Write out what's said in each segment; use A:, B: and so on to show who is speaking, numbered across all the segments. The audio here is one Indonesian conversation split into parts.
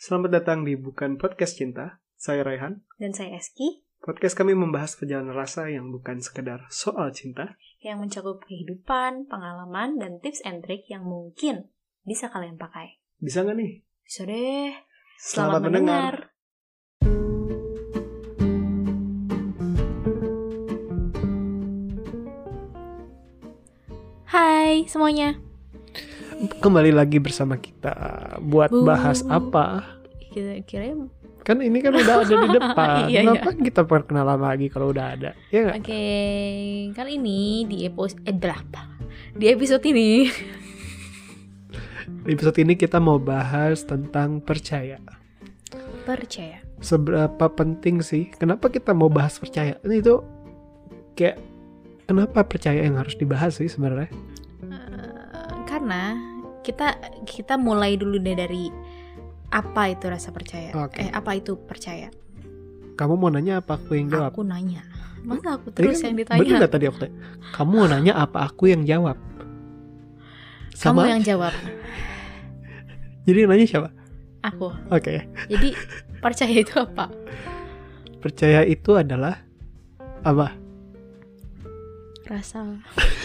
A: Selamat datang di Bukan Podcast Cinta. Saya Raihan.
B: Dan saya Eski.
A: Podcast kami membahas perjalanan rasa yang bukan sekedar soal cinta,
B: yang mencakup kehidupan, pengalaman, dan tips and trick yang mungkin bisa kalian pakai.
A: Bisa nggak nih?
B: Bisa deh.
A: Selamat mendengar.
B: Hai semuanya.
A: Kembali lagi bersama kita buat bahas apa?
B: Kira-kira
A: kan ini kan udah ada di depan.
B: Iya.
A: Kenapa kita perkenalan lagi kalau udah ada? Ya nggak?
B: Oke, kali ini di episode ini
A: Di episode ini kita mau bahas tentang percaya. Seberapa penting sih? Kenapa kita mau bahas percaya? Ini tuh kayak kenapa percaya yang harus dibahas sih sebenarnya?
B: Karena kita mulai dulu deh dari apa itu rasa percaya. Apa itu percaya?
A: Kamu mau nanya apa aku yang jawab?
B: Aku nanya. Masa aku terus yang ditanya?
A: Bener gak tadi aku? Kamu mau nanya apa aku yang jawab?
B: Kamu yang jawab.
A: Jadi yang nanya siapa?
B: Aku.
A: Oke.
B: Jadi percaya itu apa?
A: Percaya itu adalah apa?
B: Rasa.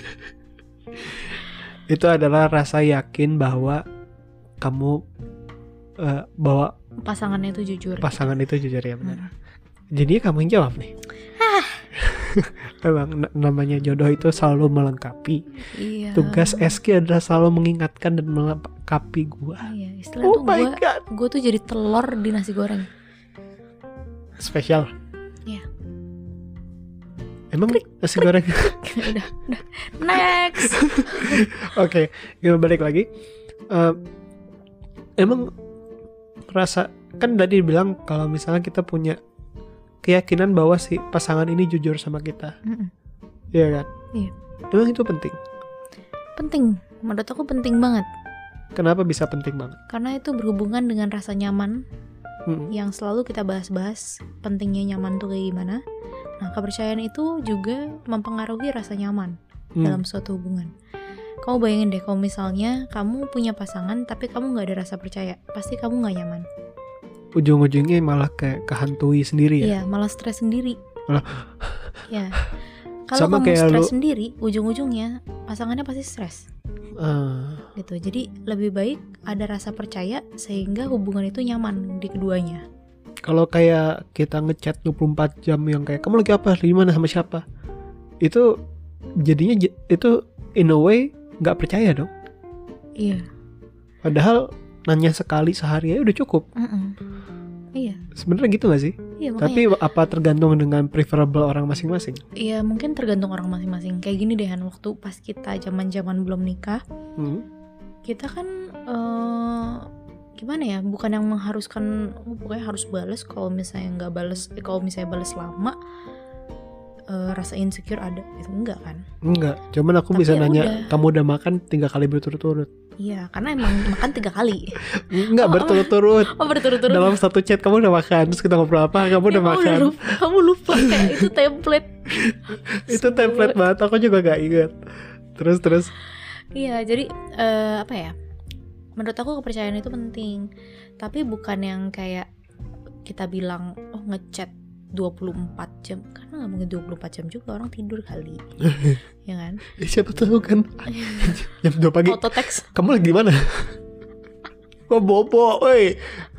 A: Itu adalah rasa yakin bahwa kamu bahwa
B: pasangan itu jujur.
A: Pasangan itu jujur, ya benar. Jadi kamu yang jawab nih. Memang namanya jodoh itu selalu melengkapi.
B: Iya.
A: Tugas Eski adalah selalu mengingatkan dan melengkapi gue.
B: Iya, istilahnya gue tuh jadi telur di nasi goreng.
A: Spesial.
B: Iya.
A: Emang nasi goreng?
B: udah. Next.
A: Oke, kita balik lagi. Emang rasa kan tadi bilang kalau misalnya kita punya keyakinan bahwa si pasangan ini jujur sama kita, iya kan? Iya. Emang itu penting?
B: Penting, menurut aku penting banget.
A: Kenapa bisa penting banget?
B: Karena itu berhubungan dengan rasa nyaman yang selalu kita bahas-bahas. Pentingnya nyaman tuh kayak gimana? Nah, kepercayaan itu juga mempengaruhi rasa nyaman dalam suatu hubungan. Kamu bayangin deh, kalau misalnya kamu punya pasangan tapi kamu gak ada rasa percaya, pasti kamu gak nyaman.
A: Ujung-ujungnya malah kayak kehantui sendiri ya?
B: Iya, malah stres sendiri. Ya. Kalau kamu stres sendiri, ujung-ujungnya pasangannya pasti stres. Gitu. Jadi lebih baik ada rasa percaya sehingga hubungan itu nyaman di keduanya.
A: Kalau kayak kita ngechat 24 jam yang kayak kamu lagi apa, di mana, sama siapa, itu jadinya itu in a way nggak percaya dong.
B: Iya.
A: Padahal nanya sekali sehari aja udah cukup.
B: Iya.
A: Sebenarnya gitu nggak sih?
B: Iya, makanya.
A: Tapi apa tergantung dengan preferable orang masing-masing?
B: Iya, mungkin tergantung orang masing-masing. Kayak gini deh Han, waktu pas kita zaman-zaman belum nikah, kita kan gimana ya? Bukan yang mengharuskan pokoknya harus balas. Kalau misalnya nggak balas, kalau misalnya balas lama, rasa insecure ada. Itu enggak kan?
A: Enggak. Cuman aku bisa nanya, kamu udah makan 3 kali berturut-turut?
B: Iya, karena emang makan 3 kali.
A: Enggak berturut-turut.
B: Berturut-turut.
A: Dalam satu chat kamu udah makan, terus kita ngobrol apa, kamu udah makan.
B: Kamu lupa kayak itu template.
A: Itu template banget, aku juga gak ingat. Terus.
B: Iya, jadi apa ya? Menurut aku kepercayaan itu penting. Tapi bukan yang kayak kita bilang ngechat 24 jam. Karena gak mungkin 24 jam juga, orang tidur kali. Ya kan?
A: Siapa tahu kan jam 2 pagi.
B: Auto text.
A: Kamu lagi di mana? Kok bobo, woi.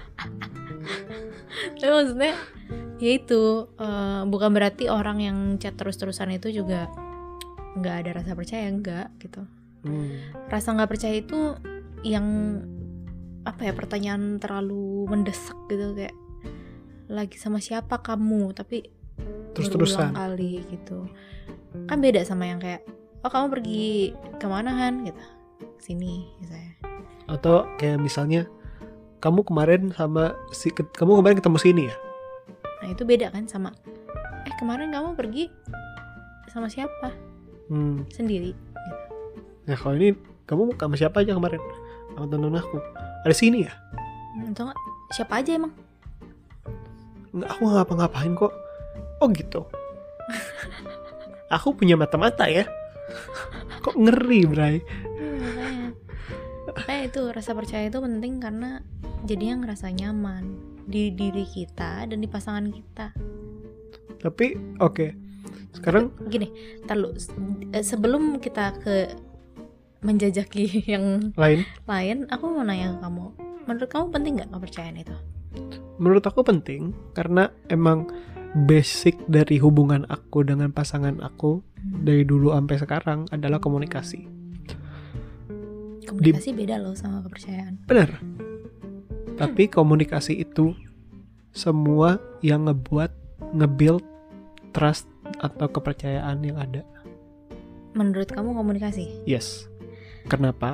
B: Tapi maksudnya ya itu bukan berarti orang yang chat terus-terusan itu juga nggak ada rasa percaya, enggak gitu. Rasa nggak percaya itu yang apa ya, pertanyaan terlalu mendesak gitu, kayak lagi sama siapa kamu, tapi
A: terus-terusan
B: berulang kali gitu. Kan beda sama yang kayak kamu pergi kemana Han gitu, sini misalnya. Atau
A: kayak misalnya kamu kemarin ketemu sini ya.
B: Nah itu beda kan sama kemarin kamu pergi sama siapa, sendiri gitu.
A: Nah kalau ini kamu sama siapa aja kemarin? Sama temen aku. Ada sini ya?
B: Atau gak, siapa aja emang?
A: Enggak, aku ngapa-ngapain kok. Oh gitu. Aku punya mata-mata ya. Kok ngeri, Bray?
B: Makanya itu rasa percaya itu penting karena jadinya ngerasa nyaman di diri kita dan di pasangan kita.
A: Tapi oke. Sekarang
B: gini, sebelum kita ke menjajaki yang lain, aku mau nanya ke kamu. Menurut kamu penting nggak kepercayaan itu?
A: Menurut aku penting, karena emang basic dari hubungan aku dengan pasangan aku dari dulu sampai sekarang adalah komunikasi.
B: Komunikasi beda loh sama kepercayaan.
A: Benar. Tapi komunikasi itu semua yang nge-build trust atau kepercayaan yang ada.
B: Menurut kamu komunikasi?
A: Yes. Kenapa?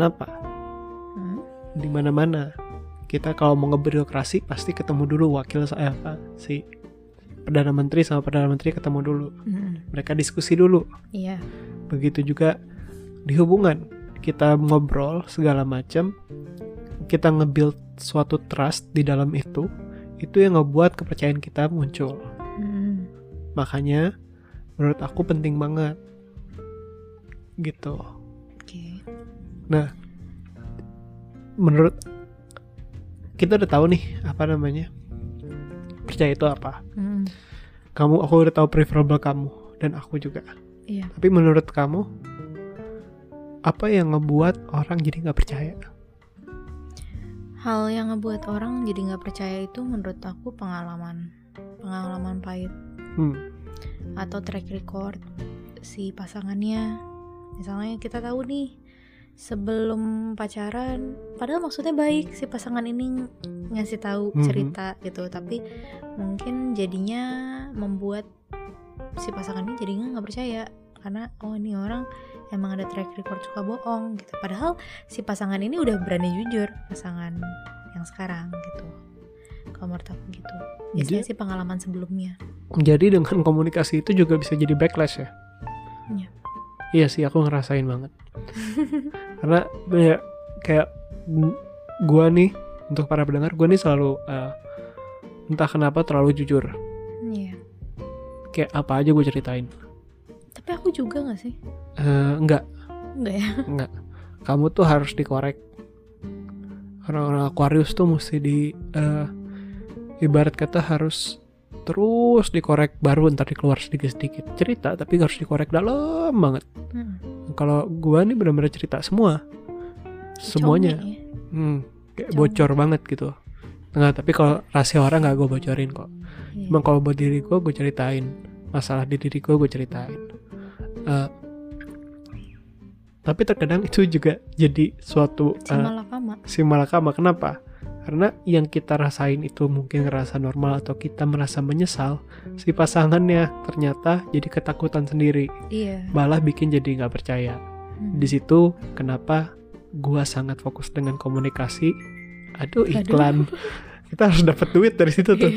A: Di mana-mana kita kalau mau ngebirokrasi pasti ketemu dulu wakil si Perdana Menteri sama Perdana Menteri ketemu dulu. Mereka diskusi dulu.
B: Iya.
A: Begitu juga di hubungan. Kita ngobrol segala macam. Kita nge-build suatu trust di dalam itu yang ngebuat kepercayaan kita muncul. Makanya menurut aku penting banget. Gitu.
B: Okay.
A: Nah, menurut kita udah tahu nih apa namanya percaya itu apa. Aku udah tahu preferable kamu dan aku juga.
B: Iya.
A: Tapi menurut kamu apa yang ngebuat orang jadi nggak percaya?
B: Hal yang ngebuat orang jadi nggak percaya itu menurut aku pengalaman pahit. Atau track record si pasangannya. Misalnya kita tahu nih sebelum pacaran, padahal maksudnya baik si pasangan ini ngasih tahu cerita gitu, tapi mungkin jadinya membuat si pasangan ini jadinya nggak percaya karena ini orang emang ada track record suka bohong gitu. Padahal si pasangan ini udah berani jujur, pasangan yang sekarang gitu. Kalau menurut aku gitu. Biasanya sih pengalaman sebelumnya.
A: Jadi dengan komunikasi itu juga bisa jadi backlash ya?
B: Iya.
A: Iya sih, aku ngerasain banget. Karena ya, kayak gue nih, untuk para pendengar, gue nih selalu entah kenapa terlalu jujur.
B: Iya.
A: Kayak apa aja gue ceritain.
B: Tapi aku juga gak sih?
A: Enggak
B: ya?
A: Enggak. Kamu tuh harus dikorek. Orang-orang Aquarius tuh mesti ibarat kata harus terus dikorek, baru ntar dikeluar sedikit-sedikit cerita, tapi harus dikorek dalam banget. Kalau gua nih benar-benar cerita semuanya. Kayak bocor banget gitu. Enggak, tapi kalau rahasia orang nggak gue bocorin kok. Cuma kalau buat diri gue ceritain. Masalah di diri gue ceritain. Tapi terkadang itu juga jadi suatu si malakama. Kenapa? Karena yang kita rasain itu mungkin ngerasa normal atau kita merasa menyesal, si pasangannya ternyata jadi ketakutan sendiri.
B: Iya.
A: Malah bikin jadi nggak percaya. Di situ kenapa gua sangat fokus dengan komunikasi. Aduh, iklan. Kita harus dapat duit dari situ tuh.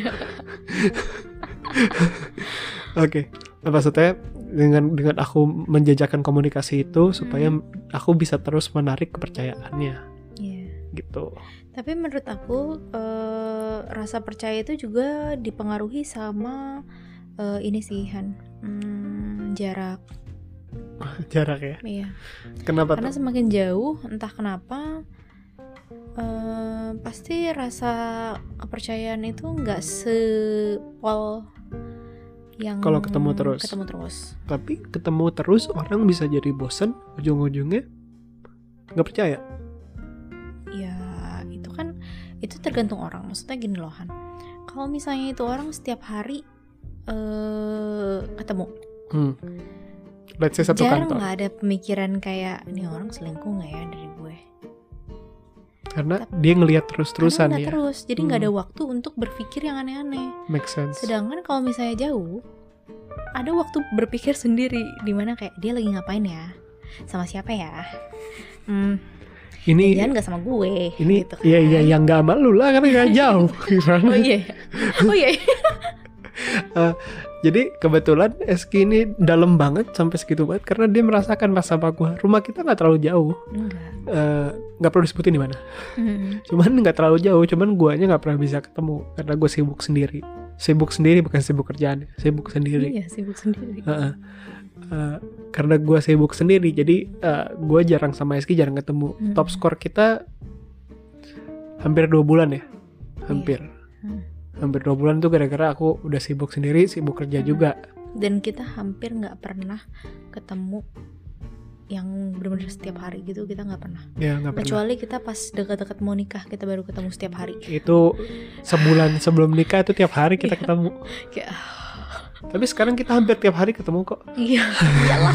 A: Oke. Maksudnya dengan aku menjajakan komunikasi itu supaya aku bisa terus menarik kepercayaannya. Gitu.
B: Tapi menurut aku rasa percaya itu juga dipengaruhi sama ini sih Han, jarak.
A: Jarak ya?
B: Iya.
A: Kenapa?
B: Karena semakin jauh entah kenapa pasti rasa kepercayaan itu nggak sepol yang
A: kalau ketemu terus. Tapi ketemu terus orang bisa jadi bosan, ujung-ujungnya nggak percaya.
B: Ya itu kan itu tergantung orang. Maksudnya gini loh Han, kalau misalnya itu orang setiap hari ketemu,
A: let's say satu
B: jarang
A: kantor,
B: nggak ada pemikiran kayak ini orang selingkuh nggak ya dari gue.
A: Karena dia ngelihat terus-terusan ya.
B: Terus, jadi nggak ada waktu untuk berpikir yang aneh-aneh.
A: Make sense.
B: Sedangkan kalau misalnya jauh, ada waktu berpikir sendiri, dimana kayak dia lagi ngapain ya, sama siapa ya.
A: Ini
B: jangan nggak sama gue.
A: Ini
B: gitu kan.
A: Iya yang nggak sama lu lah karena nggak jauh.
B: Oh iya.
A: Jadi kebetulan Eski ini dalam banget sampai segitu banget karena dia merasakan pas sama gue. Rumah kita nggak terlalu jauh. Nggak perlu disebutin di mana. Cuman nggak terlalu jauh. Cuman guanya nggak pernah bisa ketemu karena gue sibuk sendiri. Sibuk sendiri bukan sibuk kerjaan. Sibuk sendiri.
B: Iya sibuk sendiri.
A: Karena gue sibuk sendiri, jadi gue jarang sama Eski, jarang ketemu. Top score kita hampir 2 bulan ya, hampir.
B: Iya.
A: Hampir 2 bulan tuh gara-gara aku udah sibuk sendiri, sibuk kerja juga.
B: Dan kita hampir nggak pernah ketemu yang benar-benar setiap hari gitu, kita nggak pernah.
A: Ya, nggak pernah.
B: Kecuali kita pas dekat-dekat mau nikah, kita baru ketemu setiap hari.
A: Itu sebulan sebelum nikah itu tiap hari kita ketemu.
B: Kayak,
A: Tapi sekarang kita hampir tiap hari ketemu kok.
B: iya, iyalah.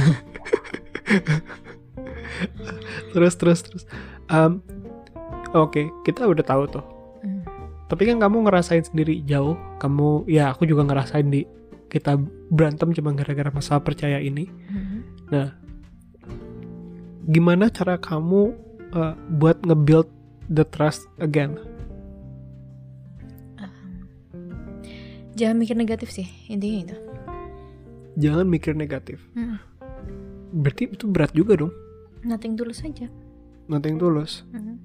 A: Terus. Oke, kita udah tahu tuh. Tapi kan kamu ngerasain sendiri jauh. Kamu, ya aku juga ngerasain kita berantem cuma gara-gara masalah percaya ini. Nah, gimana cara kamu buat nge-build the trust again?
B: Jangan mikir negatif sih, intinya itu.
A: Jangan mikir negatif. Berarti itu berat juga dong.
B: Nothing tulus aja.
A: Nothing tulus.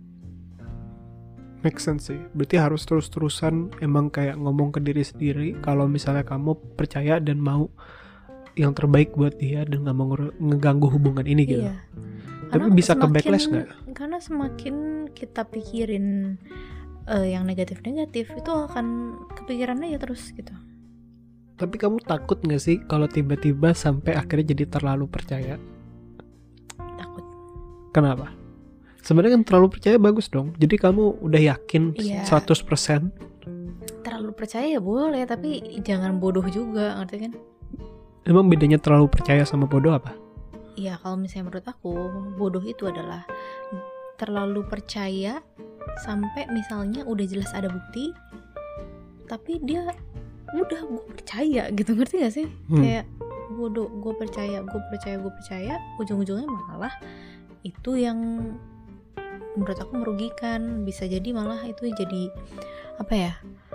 A: Make sense sih. Berarti harus terus-terusan emang kayak ngomong ke diri sendiri kalau misalnya kamu percaya dan mau yang terbaik buat dia dan gak mau ngeganggu hubungan ini gitu.
B: Iya.
A: Tapi bisa ke backlash gak?
B: Karena semakin kita pikirin yang negatif-negatif, itu akan kepikiran aja terus gitu.
A: Tapi kamu takut gak sih kalau tiba-tiba sampai akhirnya jadi terlalu percaya?
B: Takut.
A: Kenapa? Sebenarnya kan terlalu percaya bagus dong. Jadi kamu udah yakin 100%.
B: Terlalu percaya ya boleh, tapi jangan bodoh juga, ngerti kan?
A: Emang bedanya terlalu percaya sama bodoh apa?
B: Iya, kalau misalnya menurut aku, bodoh itu adalah terlalu percaya sampai misalnya udah jelas ada bukti, tapi dia udah gue percaya gitu, ngerti gak sih? Kayak bodoh, gue percaya, ujung-ujungnya malah itu yang menurut aku merugikan. Bisa jadi malah itu jadi apa ya,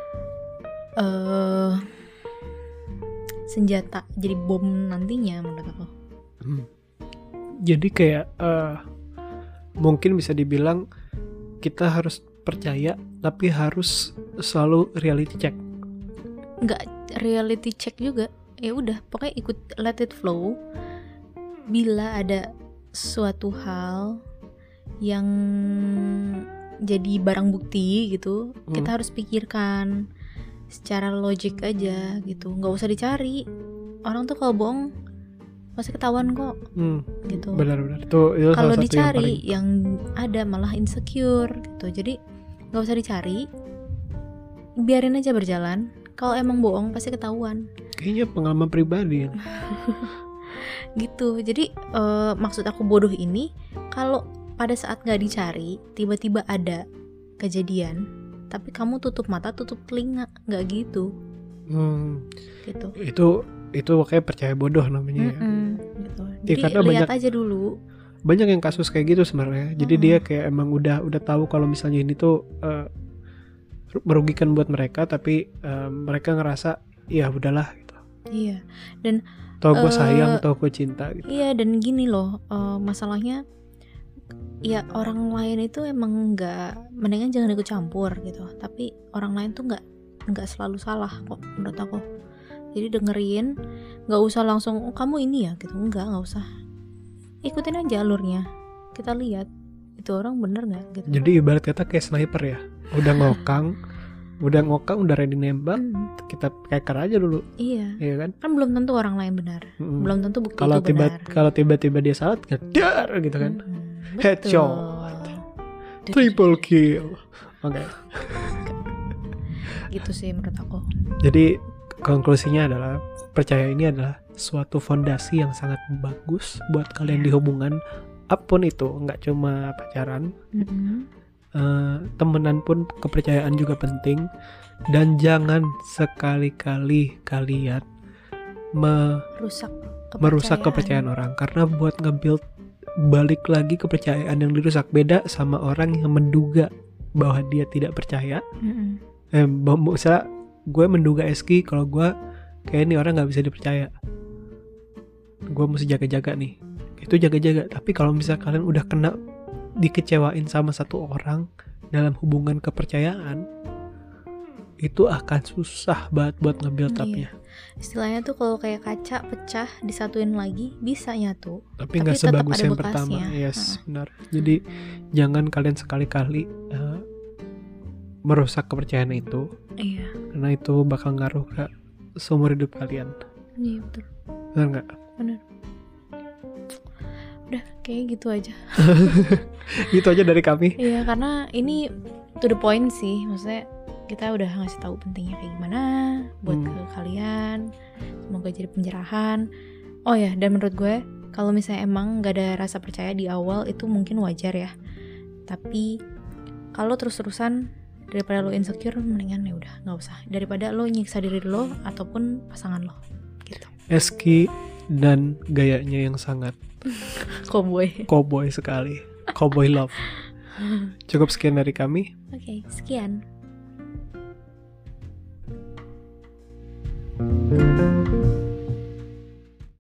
B: senjata, jadi bom nantinya menurut aku.
A: Jadi kayak mungkin bisa dibilang kita harus percaya tapi harus selalu reality check.
B: Nggak reality check juga, ya udah pokoknya ikut, let it flow. Bila ada suatu hal yang jadi barang bukti gitu, kita harus pikirkan secara logik aja gitu, nggak usah dicari. Orang tuh kalau bohong pasti ketahuan kok. Gitu.
A: Benar-benar itu
B: kalau dicari yang ada malah insecure gitu. Jadi nggak usah dicari, biarin aja berjalan. Kalau emang bohong pasti ketahuan.
A: Kayaknya pengalaman pribadi.
B: Gitu. Jadi maksud aku bodoh ini, kalau pada saat nggak dicari tiba-tiba ada kejadian, tapi kamu tutup mata tutup telinga, nggak gitu. Gitu.
A: Itu kayak percaya bodoh namanya.
B: Gitu.
A: Ya,
B: jadi lihat aja dulu.
A: Banyak yang kasus kayak gitu sebenarnya. Jadi dia kayak emang udah tahu kalau misalnya ini tuh merugikan buat mereka, tapi mereka ngerasa ya udahlah gitu.
B: Iya. Dan
A: tau gue sayang, tau gue cinta gitu.
B: Iya, dan gini loh, masalahnya ya orang lain itu emang nggak, mendingan jangan ikut campur gitu. Tapi orang lain tuh nggak selalu salah kok menurut aku. Jadi dengerin, nggak usah langsung kamu ini ya gitu, nggak usah. Ikutin aja alurnya, kita lihat itu orang bener nggak gitu.
A: Jadi ibarat kata kayak sniper ya, udah ngokang, udah ready nembak, kita keker aja dulu.
B: Iya
A: kan?
B: Kan belum tentu orang lain benar, belum tentu bukti itu benar.
A: Kalau tiba-tiba dia salah, gedar gitu kan, headshot, triple kill. Oke.
B: Gitu sih menurut aku.
A: Jadi konklusinya adalah percaya ini adalah suatu fondasi yang sangat bagus buat kalian di hubungan apapun itu, nggak cuma pacaran, temenan pun kepercayaan juga penting. Dan jangan sekali-kali kalian merusak kepercayaan orang, karena buat nge-build balik lagi kepercayaan yang dirusak beda sama orang yang menduga bahwa dia tidak percaya. Misalnya gue menduga Eski kalau gue kayak ini orang nggak bisa dipercaya, gue mesti jaga-jaga nih, itu jaga-jaga. Tapi kalau misalnya kalian udah kena dikecewain sama satu orang dalam hubungan kepercayaan, itu akan susah banget buat nge-build up-nya.
B: Istilahnya tuh kalau kayak kaca pecah disatuin lagi bisa nyatu,
A: tapi nggak sebagus yang pertama. Benar. Jadi jangan kalian sekali-kali merusak kepercayaan itu.
B: Iya.
A: Karena itu bakal ngaruh ke seumur hidup kalian.
B: Iya betul.
A: Benar nggak?
B: Benar. Udah kayak gitu aja.
A: Gitu aja dari kami.
B: Iya, karena ini to the point sih, maksudnya kita udah ngasih tahu pentingnya kayak gimana buat ke kalian. Semoga jadi pencerahan. Oh ya, dan menurut gue kalau misalnya emang gak ada rasa percaya di awal itu mungkin wajar ya. Tapi kalau terus-terusan daripada lo insecure, mendingan ya udah nggak usah. Daripada lo nyiksa diri lo ataupun pasangan lo. Gitu.
A: Eski dan gayanya yang sangat cowboy sekali. Cowboy love. Cukup sekian dari kami.
B: Oke, sekian.